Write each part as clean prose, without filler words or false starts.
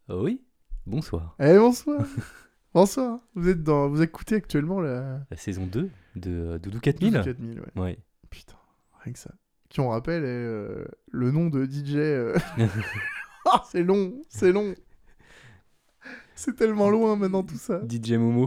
Oui, bonsoir. Eh bonsoir. Bonsoir. Vous écoutez actuellement la La saison 2 de Doudou 12 4000. 4000, ouais. Ouais. Putain, rien que ça. Qui on rappelle est le nom de DJ. Ah, c'est long, c'est long. C'est tellement loin maintenant tout ça. DJ Momo.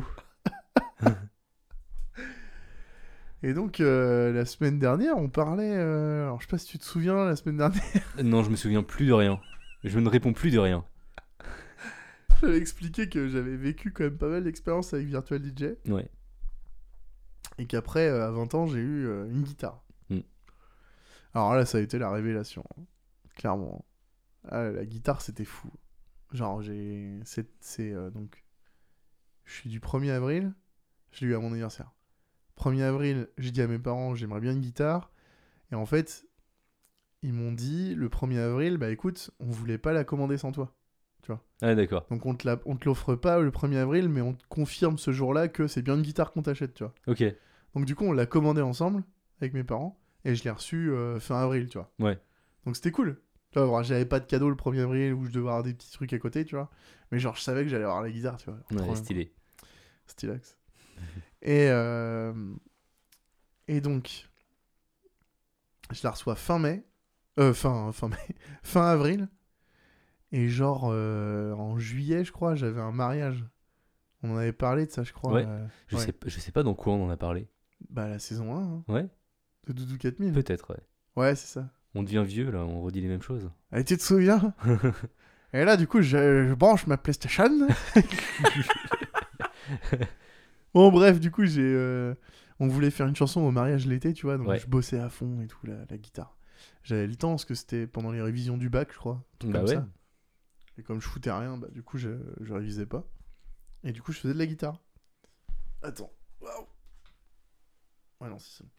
Et donc la semaine dernière, on parlait. Alors je sais pas si tu te souviens, la semaine dernière, Non, je me souviens plus de rien. Je ne réponds plus de rien. j'avais expliqué que j'avais vécu quand même pas mal d'expériences avec Virtual DJ Ouais. et qu'après à 20 ans, j'ai eu une guitare. Mm. Alors là, ça a été la révélation, hein. Clairement. Ah, la guitare, c'était fou. Genre, donc. Je suis du 1er avril, je l'ai eu à mon anniversaire. 1er avril, j'ai dit à mes parents, j'aimerais bien une guitare. Et en fait, ils m'ont dit, le 1er avril, bah écoute, on voulait pas la commander sans toi. Tu vois. Ah, d'accord. Donc on te l'offre pas le 1er avril, mais on te confirme ce jour-là que c'est bien une guitare qu'on t'achète, tu vois. Ok. Donc du coup, on l'a commandée ensemble, avec mes parents, et je l'ai reçue fin avril, tu vois. Ouais. Donc c'était cool. Tu vois, j'avais pas de cadeau le 1er avril où je devais avoir des petits trucs à côté, tu vois. Mais genre, je savais que j'allais avoir la guitare, tu vois. Trop Ouais, bien, stylé. stylax. Et, et donc, je la reçois fin mai. Fin mai. Fin avril. Et genre, en juillet, je crois, j'avais un mariage. On en avait parlé de ça, je crois. Ouais. Ouais. Je sais pas dans quoi on en a parlé. Bah, la saison 1, hein, Ouais. de Doudou 4000. Peut-être, ouais. Ouais, c'est ça. On devient vieux, là, on redit les mêmes choses. Et tu te souviens? Et là, du coup, je branche ma PlayStation. Bon, bref, du coup, on voulait faire une chanson au mariage l'été, tu vois, donc Ouais. je bossais à fond et tout, la guitare. J'avais le temps, parce que c'était pendant les révisions du bac, je crois, un truc Bah comme ouais. ça. Et comme je foutais rien, bah du coup, je révisais pas. Et du coup, je faisais de la guitare. Attends. Waouh. Ouais, non, c'est ça.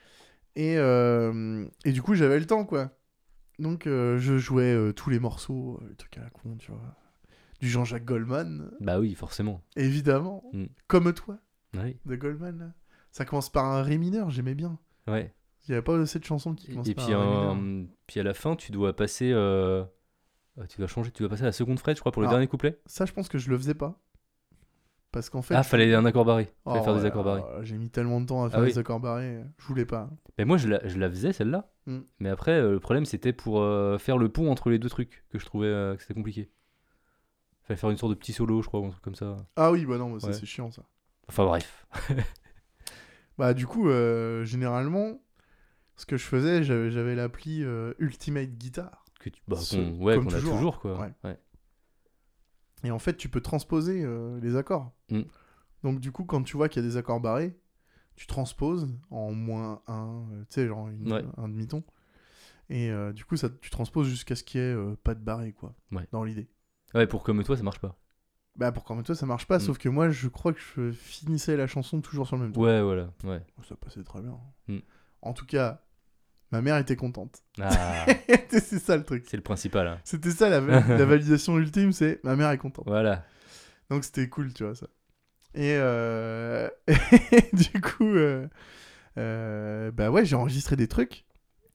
Et du coup, j'avais le temps, quoi. Donc, je jouais tous les morceaux, les trucs à la con, tu vois. Du Jean-Jacques Goldman, Bah oui, forcément. évidemment. Mm. Comme toi, Ouais. de Goldman, là. Ça commence par un Ré mineur, j'aimais bien. Ouais. Il n'y avait pas cette chanson qui commence Et par puis, un Ré mineur. puis à la fin, tu dois passer. Tu dois changer, tu dois passer à la seconde frette, je crois, pour le Alors, dernier couplet. ça, je pense que je le faisais pas. Parce qu'en fait. Ah, fallait un accord barré. Fallait Oh, faire des ouais, accords barrés. j'ai mis tellement de temps à Ah faire oui. les accords barrés, je voulais pas. Mais moi, je la faisais, celle-là. Mm. Mais après, le problème, c'était pour faire le pont entre les deux trucs, que je trouvais que c'était compliqué. Fallait faire une sorte de petit solo, je crois, ou un truc comme ça. Ah oui, bah non, bah ça Ouais. c'est chiant ça. Enfin bref. Bah du coup, généralement, ce que je faisais, j'avais l'appli Ultimate Guitar. Ouais, Comme qu'on a toujours, toujours, hein. quoi. Ouais. Ouais. Et en fait, tu peux transposer les accords. Mm. Donc du coup, quand tu vois qu'il y a des accords barrés, tu transposes en -1, tu sais, genre Ouais. un demi-ton. Et du coup, tu transposes jusqu'à ce qu'il y ait pas de barré, quoi, Ouais. dans l'idée. Ouais, pour comme toi, ça marche pas. Bah pour comme toi, ça marche pas, sauf que moi, je crois que je finissais la chanson toujours sur le même ton. Ouais, voilà. Ouais. Ça passait très bien. Mm. En tout cas, ma mère était contente. Ah, C'est ça le truc. c'est le principal. Hein. C'était ça la validation ultime, c'est ma mère est contente. Voilà. Donc c'était cool, tu vois ça. Et, et du coup, bah ouais, j'ai enregistré des trucs.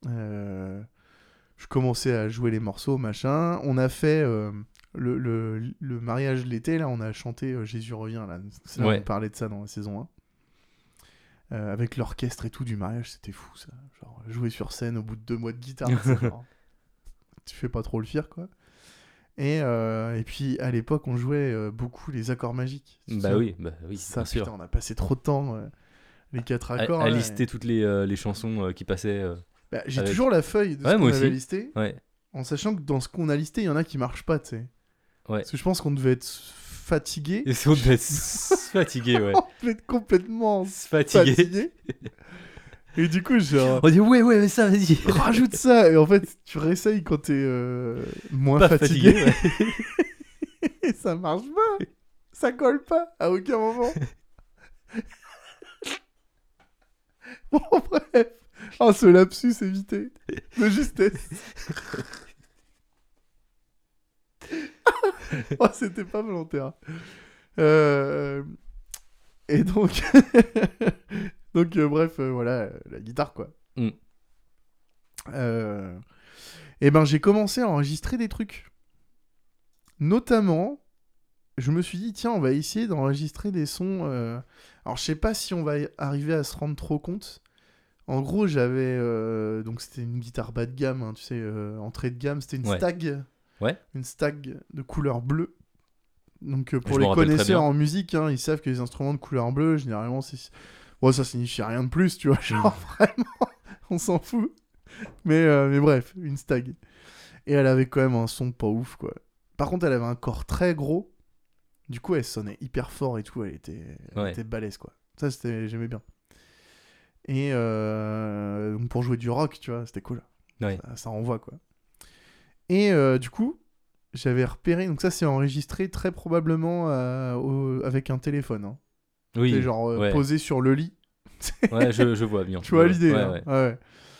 Je commençais à jouer les morceaux, machin. On a fait le mariage l'été, là, on a chanté Jésus revient, là. C'est là Ouais. on parlait de ça dans la saison 1. Avec l'orchestre et tout du mariage, c'était fou ça. Genre, jouer sur scène au bout de 2 mois de guitare, genre, tu fais pas trop le fier, quoi. Et puis à l'époque, on jouait beaucoup les accords magiques. Bah oui, Ça, bien sûr. putain, on a passé trop de temps, les 4 accords. À là, lister toutes les chansons qui passaient. Bah, j'ai avec- toujours la feuille de Ouais, ce moi qu'on avait aussi. listé, Ouais. en sachant que dans ce qu'on a listé, il y en a qui marchent pas, tu sais. Ouais. Parce que je pense qu'on devait être fatigué. Et on devait être fatigué, ouais. On devait être complètement Fatigué. fatigué. Et du coup, genre, On dit ouais, mais ça, vas-y. rajoute ça. Et en fait, tu réessayes quand t'es moins Pas fatigué. fatigué, ouais. Et ça marche pas. Ça colle pas à aucun moment. Bon, bref. Oh, ce lapsus évité. De justesse. Oh, c'était pas volontaire. Et donc... donc, bref, voilà, la guitare, quoi. Mm. Et ben, j'ai commencé à enregistrer des trucs. Notamment, je me suis dit, tiens, on va essayer d'enregistrer des sons. Alors, je sais pas si on va arriver à se rendre trop compte. En gros, j'avais. Donc, c'était une guitare bas de gamme, hein, tu sais, entrée de gamme. C'était une Ouais. Stag. Ouais. Une Stag de couleur bleue. Donc, pour Je les m'en rappelle très connaisseurs bien. en musique, hein, ils savent que les instruments de couleur bleue, généralement, c'est. Bon, ça signifie rien de plus, tu vois. Genre, vraiment, on s'en fout. Mais bref, une Stag. Et elle avait quand même un son pas ouf, quoi. Par contre, elle avait un corps très gros. Du coup, elle sonnait hyper fort et tout. Elle était balèze, quoi. Ça, j'aimais bien. Et donc, pour jouer du rock, tu vois, c'était cool. Ouais. Ça renvoie, quoi. Et du coup, j'avais repéré. Donc, ça, c'est enregistré très probablement avec un téléphone. Hein. Oui. C'est genre ouais. posé sur le lit. Ouais, je vois bien. Tu vois Ouais, l'idée, ouais, hein. ouais.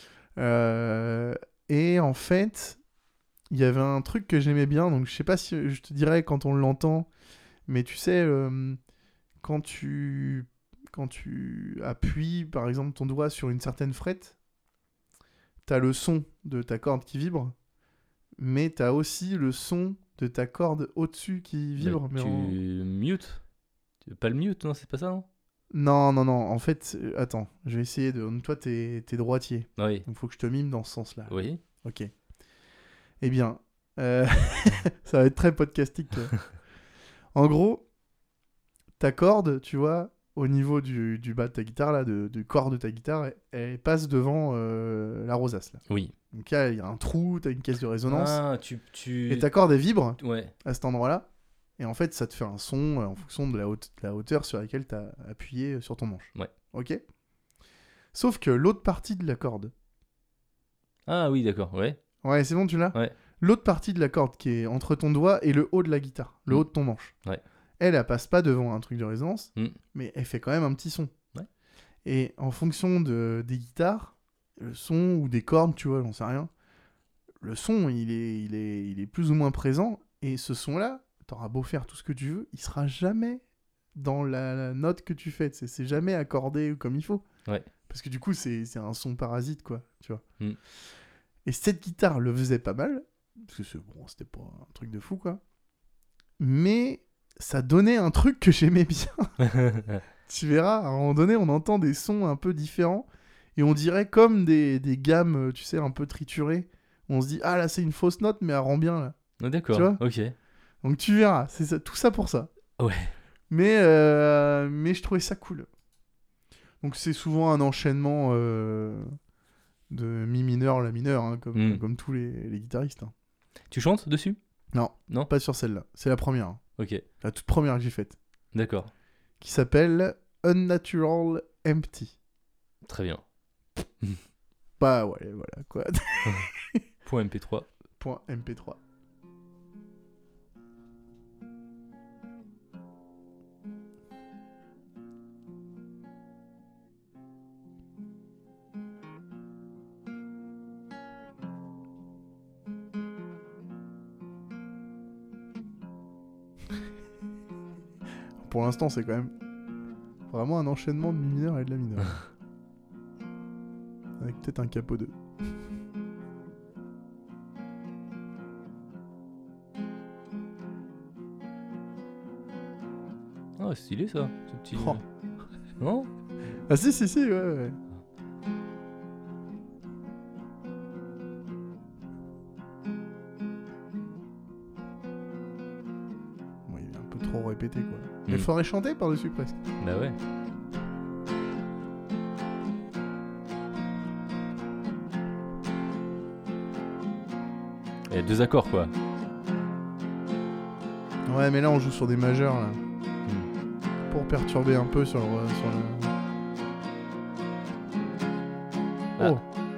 Ouais. Et en fait, il y avait un truc que j'aimais bien. Donc, je sais pas si je te dirais quand on l'entend. Mais tu sais, quand tu appuies, par exemple, ton doigt sur une certaine frette, t'as le son de ta corde qui vibre, mais t'as aussi le son de ta corde au-dessus qui vibre. Bah, mute. Tu veux pas le mute, non? C'est pas ça, non? Non. En fait, attends, je vais essayer de... Toi, t'es droitier. Oui. Donc, faut que je te mime dans ce sens-là. Oui. Ok. Eh bien, ça va être très podcastique. En gros, ta corde, tu vois, au niveau du bas de ta guitare, là, du corps de ta guitare, elle passe devant la rosace, là. Oui. Donc là, il y a un trou, t'as une caisse de résonance, Ah, et ta corde, elle vibre Ouais. à cet endroit-là, et en fait, ça te fait un son en fonction de la hauteur sur laquelle t'as appuyé sur ton manche. Ouais. Ok. Sauf que l'autre partie de la corde... Ah oui, d'accord, ouais. Ouais, c'est bon, tu l'as? Ouais. L'autre partie de la corde qui est entre ton doigt et le haut de la guitare, le haut de ton manche. Ouais. Elle passe pas devant un truc de résonance, Mm. mais elle fait quand même un petit son. Ouais. Et en fonction des guitares, le son ou des cordes, tu vois, j'en sais rien, le son, il est plus ou moins présent. Et ce son-là, t'auras beau faire tout ce que tu veux, il sera jamais dans la note que tu fais. C'est jamais accordé comme il faut. Ouais. Parce que du coup, c'est un son parasite, quoi, tu vois. Mm. Et cette guitare le faisait pas mal, parce que c'était pas un truc de fou, quoi. Mais ça donnait un truc que j'aimais bien. Tu verras, à un moment donné, on entend des sons un peu différents, et on dirait comme des gammes, tu sais, un peu triturées. On se dit, ah là, c'est une fausse note, mais elle rend bien, là. Ah, d'accord, Tu vois ok. Donc tu verras, c'est ça, tout ça pour ça. Ouais. Mais je trouvais ça cool. Donc c'est souvent un enchaînement de mi mineur, la mineur, hein, comme tous les guitaristes. Hein. Tu chantes dessus? Non, Non. pas sur celle-là. C'est la première. Hein. Ok, La toute première que j'ai faite. d'accord. Qui s'appelle Unnatural Empty. Très bien. Bah ouais, voilà quoi. Point MP3. Point MP3. Pour l'instant, c'est quand même vraiment un enchaînement de mi mineur et de la mineure. Avec peut-être un capot 2. Ah, stylé ça, ce petit. Oh. Non? Ah si, ouais. Bon, il est un peu trop répété, quoi. Mais il faudrait chanter par-dessus, presque. Bah ouais. Il y a 2 accords, quoi. Ouais, mais là, on joue sur des majeurs, là. Pour perturber un peu sur le... Ah. Oh.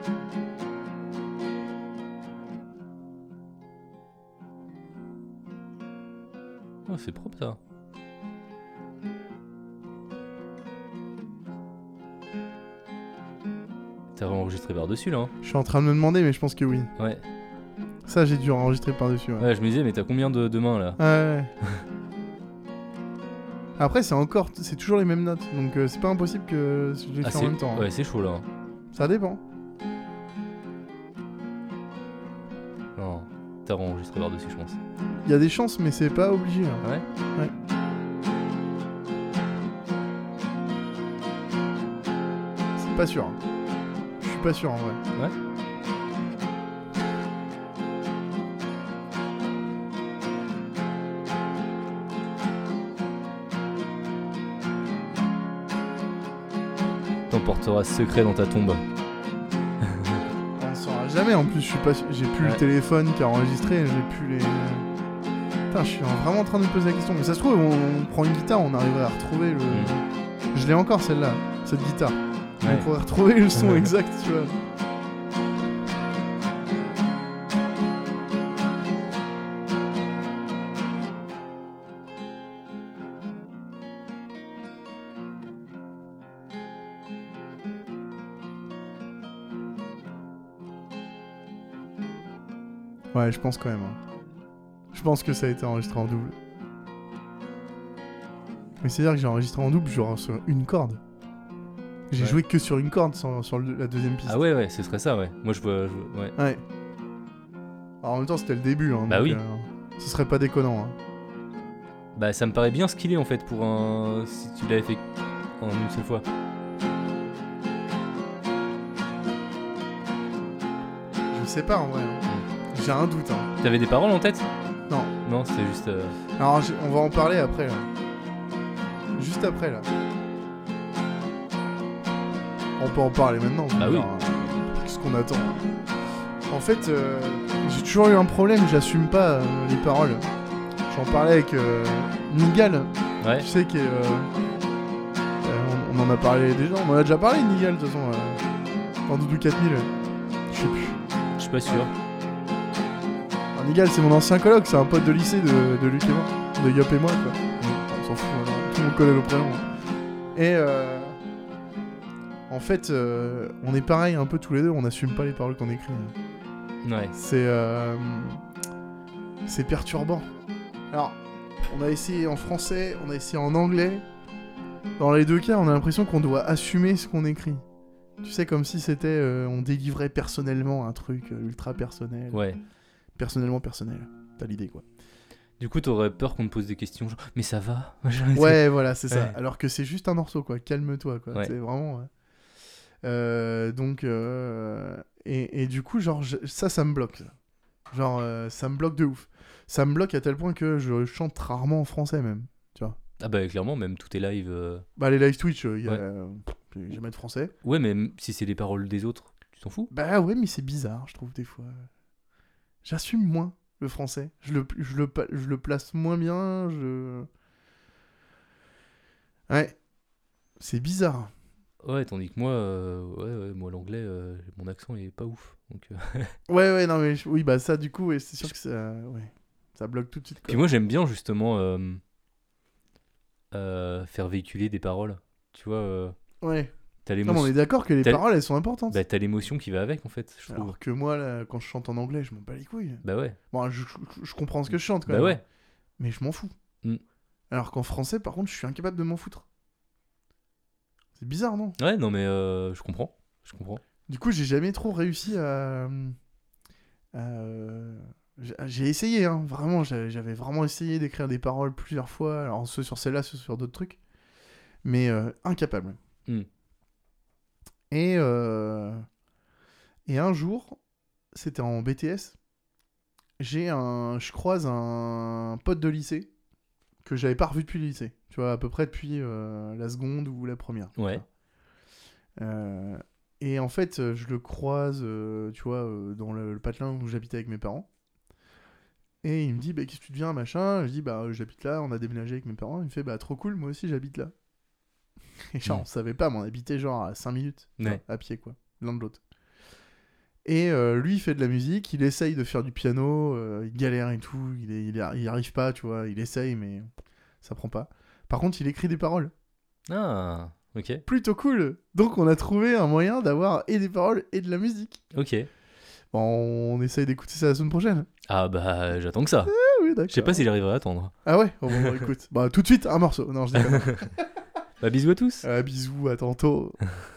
Oh, c'est propre, ça. T'as enregistré par-dessus, là, hein? Je suis en train de me demander, mais je pense que oui. Ouais. Ça, j'ai dû enregistrer par-dessus, ouais. Ouais, je me disais, mais t'as combien de mains, là? Ouais. Après, c'est toujours les mêmes notes, donc c'est pas impossible que je les fasse en même temps. Hein. Ouais, c'est chaud, là. Ça dépend. Non. guitare enregistrée par-dessus, je pense. Il y a des chances, mais c'est pas obligé. Hein. Ouais. C'est pas sûr. Hein. Je suis pas sûr en vrai. Ouais. T'emporteras ce secret dans ta tombe. On ne saura jamais. En plus, je suis pas. J'ai plus le téléphone qui a enregistré. J'ai plus les. Putain, je suis vraiment en train de me poser la question. Mais ça se trouve, on prend une guitare, on arriverait à retrouver le. Je l'ai encore celle-là, cette guitare. Ouais. On pourrait retrouver le son exact, tu vois. Ouais, je pense quand même. Hein. Je pense que ça a été enregistré en double. Mais c'est-à-dire que j'ai enregistré en double genre sur une corde. J'ai joué que sur une corde sur la deuxième piste. Ah ouais, ce serait ça, ouais. Moi, je vois ouais. Ouais. Alors en même temps, c'était le début. Hein, bah donc, oui. Ce serait pas déconnant. Hein. Bah ça me paraît bien skillé en fait pour un... Si tu l'avais fait en une seule fois. Je sais pas en vrai. Hein. J'ai un doute. Hein. T'avais des paroles en tête ? Non. Non, c'était juste... Alors on va en parler après là. Juste après là. On peut en parler maintenant. Bah oui. Qu'est-ce qu'on attend ? En fait, j'ai toujours eu un problème, j'assume pas les paroles. J'en parlais avec Nigal. Ouais. Tu sais on en a parlé déjà. On en a déjà parlé de Nigal de toute façon. En Doudou 4000. Je sais plus. Je suis pas sûr. Alors, Nigal, c'est mon ancien coloc, c'est un pote de lycée de Luc et moi. De Yop et moi quoi. On s'en fout, tout le monde connaît le prénom. Et en fait, on est pareil un peu tous les deux, on n'assume pas les paroles qu'on écrit. Ouais. C'est perturbant. Alors, on a essayé en français, on a essayé en anglais. Dans les deux cas, on a l'impression qu'on doit assumer ce qu'on écrit. Tu sais, comme si c'était... on délivrait personnellement un truc ultra personnel. Ouais. Personnellement personnel. T'as l'idée, quoi. Du coup, t'aurais peur qu'on te pose des questions genre « Mais ça va ?» Ouais, voilà, c'est ça. Alors que c'est juste un morceau, quoi. Calme-toi, quoi. Ouais. C'est vraiment... Et du coup, genre, ça me bloque. Genre, ça me bloque de ouf. Ça me bloque à tel point que je chante rarement en français, même. Tu vois. Ah bah clairement, même tous tes lives... Bah, les live Twitch, il y a jamais de français. Ouais, mais si c'est les paroles des autres, tu t'en fous ? Bah ouais, mais c'est bizarre, je trouve, des fois. J'assume moins le français. Je le place moins bien, Ouais. C'est bizarre. Ouais, tandis que moi, moi l'anglais, mon accent il est pas ouf. Donc, Ouais, non mais oui, bah ça du coup, ouais, c'est sûr que ça bloque tout de suite. Quoi. Puis moi j'aime bien justement faire véhiculer des paroles. Tu vois, ouais. T'as non, mais on est d'accord que les paroles elles sont importantes. Bah t'as l'émotion qui va avec en fait, je trouve. Alors que moi là, quand je chante en anglais, je m'en bats les couilles. Bah ouais. Bon, je comprends ce que je chante quand même. Bah ouais. Mais je m'en fous. Alors qu'en français, par contre, je suis incapable de m'en foutre. C'est bizarre, non ? Ouais, non mais je comprends. Du coup, j'ai jamais trop réussi à... J'ai essayé, hein, vraiment, j'avais vraiment essayé d'écrire des paroles plusieurs fois, alors soit sur celle-là, soit sur d'autres trucs, mais incapable. Et un jour, c'était en BTS, je croise un pote de lycée que j'avais pas revu depuis le lycée, tu vois, à peu près depuis la seconde ou la première. Ouais. Et en fait, je le croise, tu vois, dans le patelin où j'habitais avec mes parents. Et il me dit, bah, qu'est-ce que tu deviens, machin ? Je dis, bah, j'habite là, on a déménagé avec mes parents. Il me fait, bah, trop cool, moi aussi, j'habite là. Et genre, on savait pas, mais on habitait genre à 5 minutes, vois, à pied, quoi, l'un de l'autre. Et lui, il fait de la musique, il essaye de faire du piano, il galère et tout, il arrive pas, tu vois, il essaye, mais ça prend pas. Par contre, il écrit des paroles. Ah, ok. Plutôt cool. Donc, on a trouvé un moyen d'avoir et des paroles et de la musique. Ok. Bon, on essaye d'écouter ça la semaine prochaine. Ah bah, j'attends que ça. Oui, d'accord. Je sais pas si j'arriverai à attendre. Ah ouais ? Bon, écoute. Bah, tout de suite, un morceau. Non, je dis pas. Bah, bisous à tous. Bisous, à tantôt.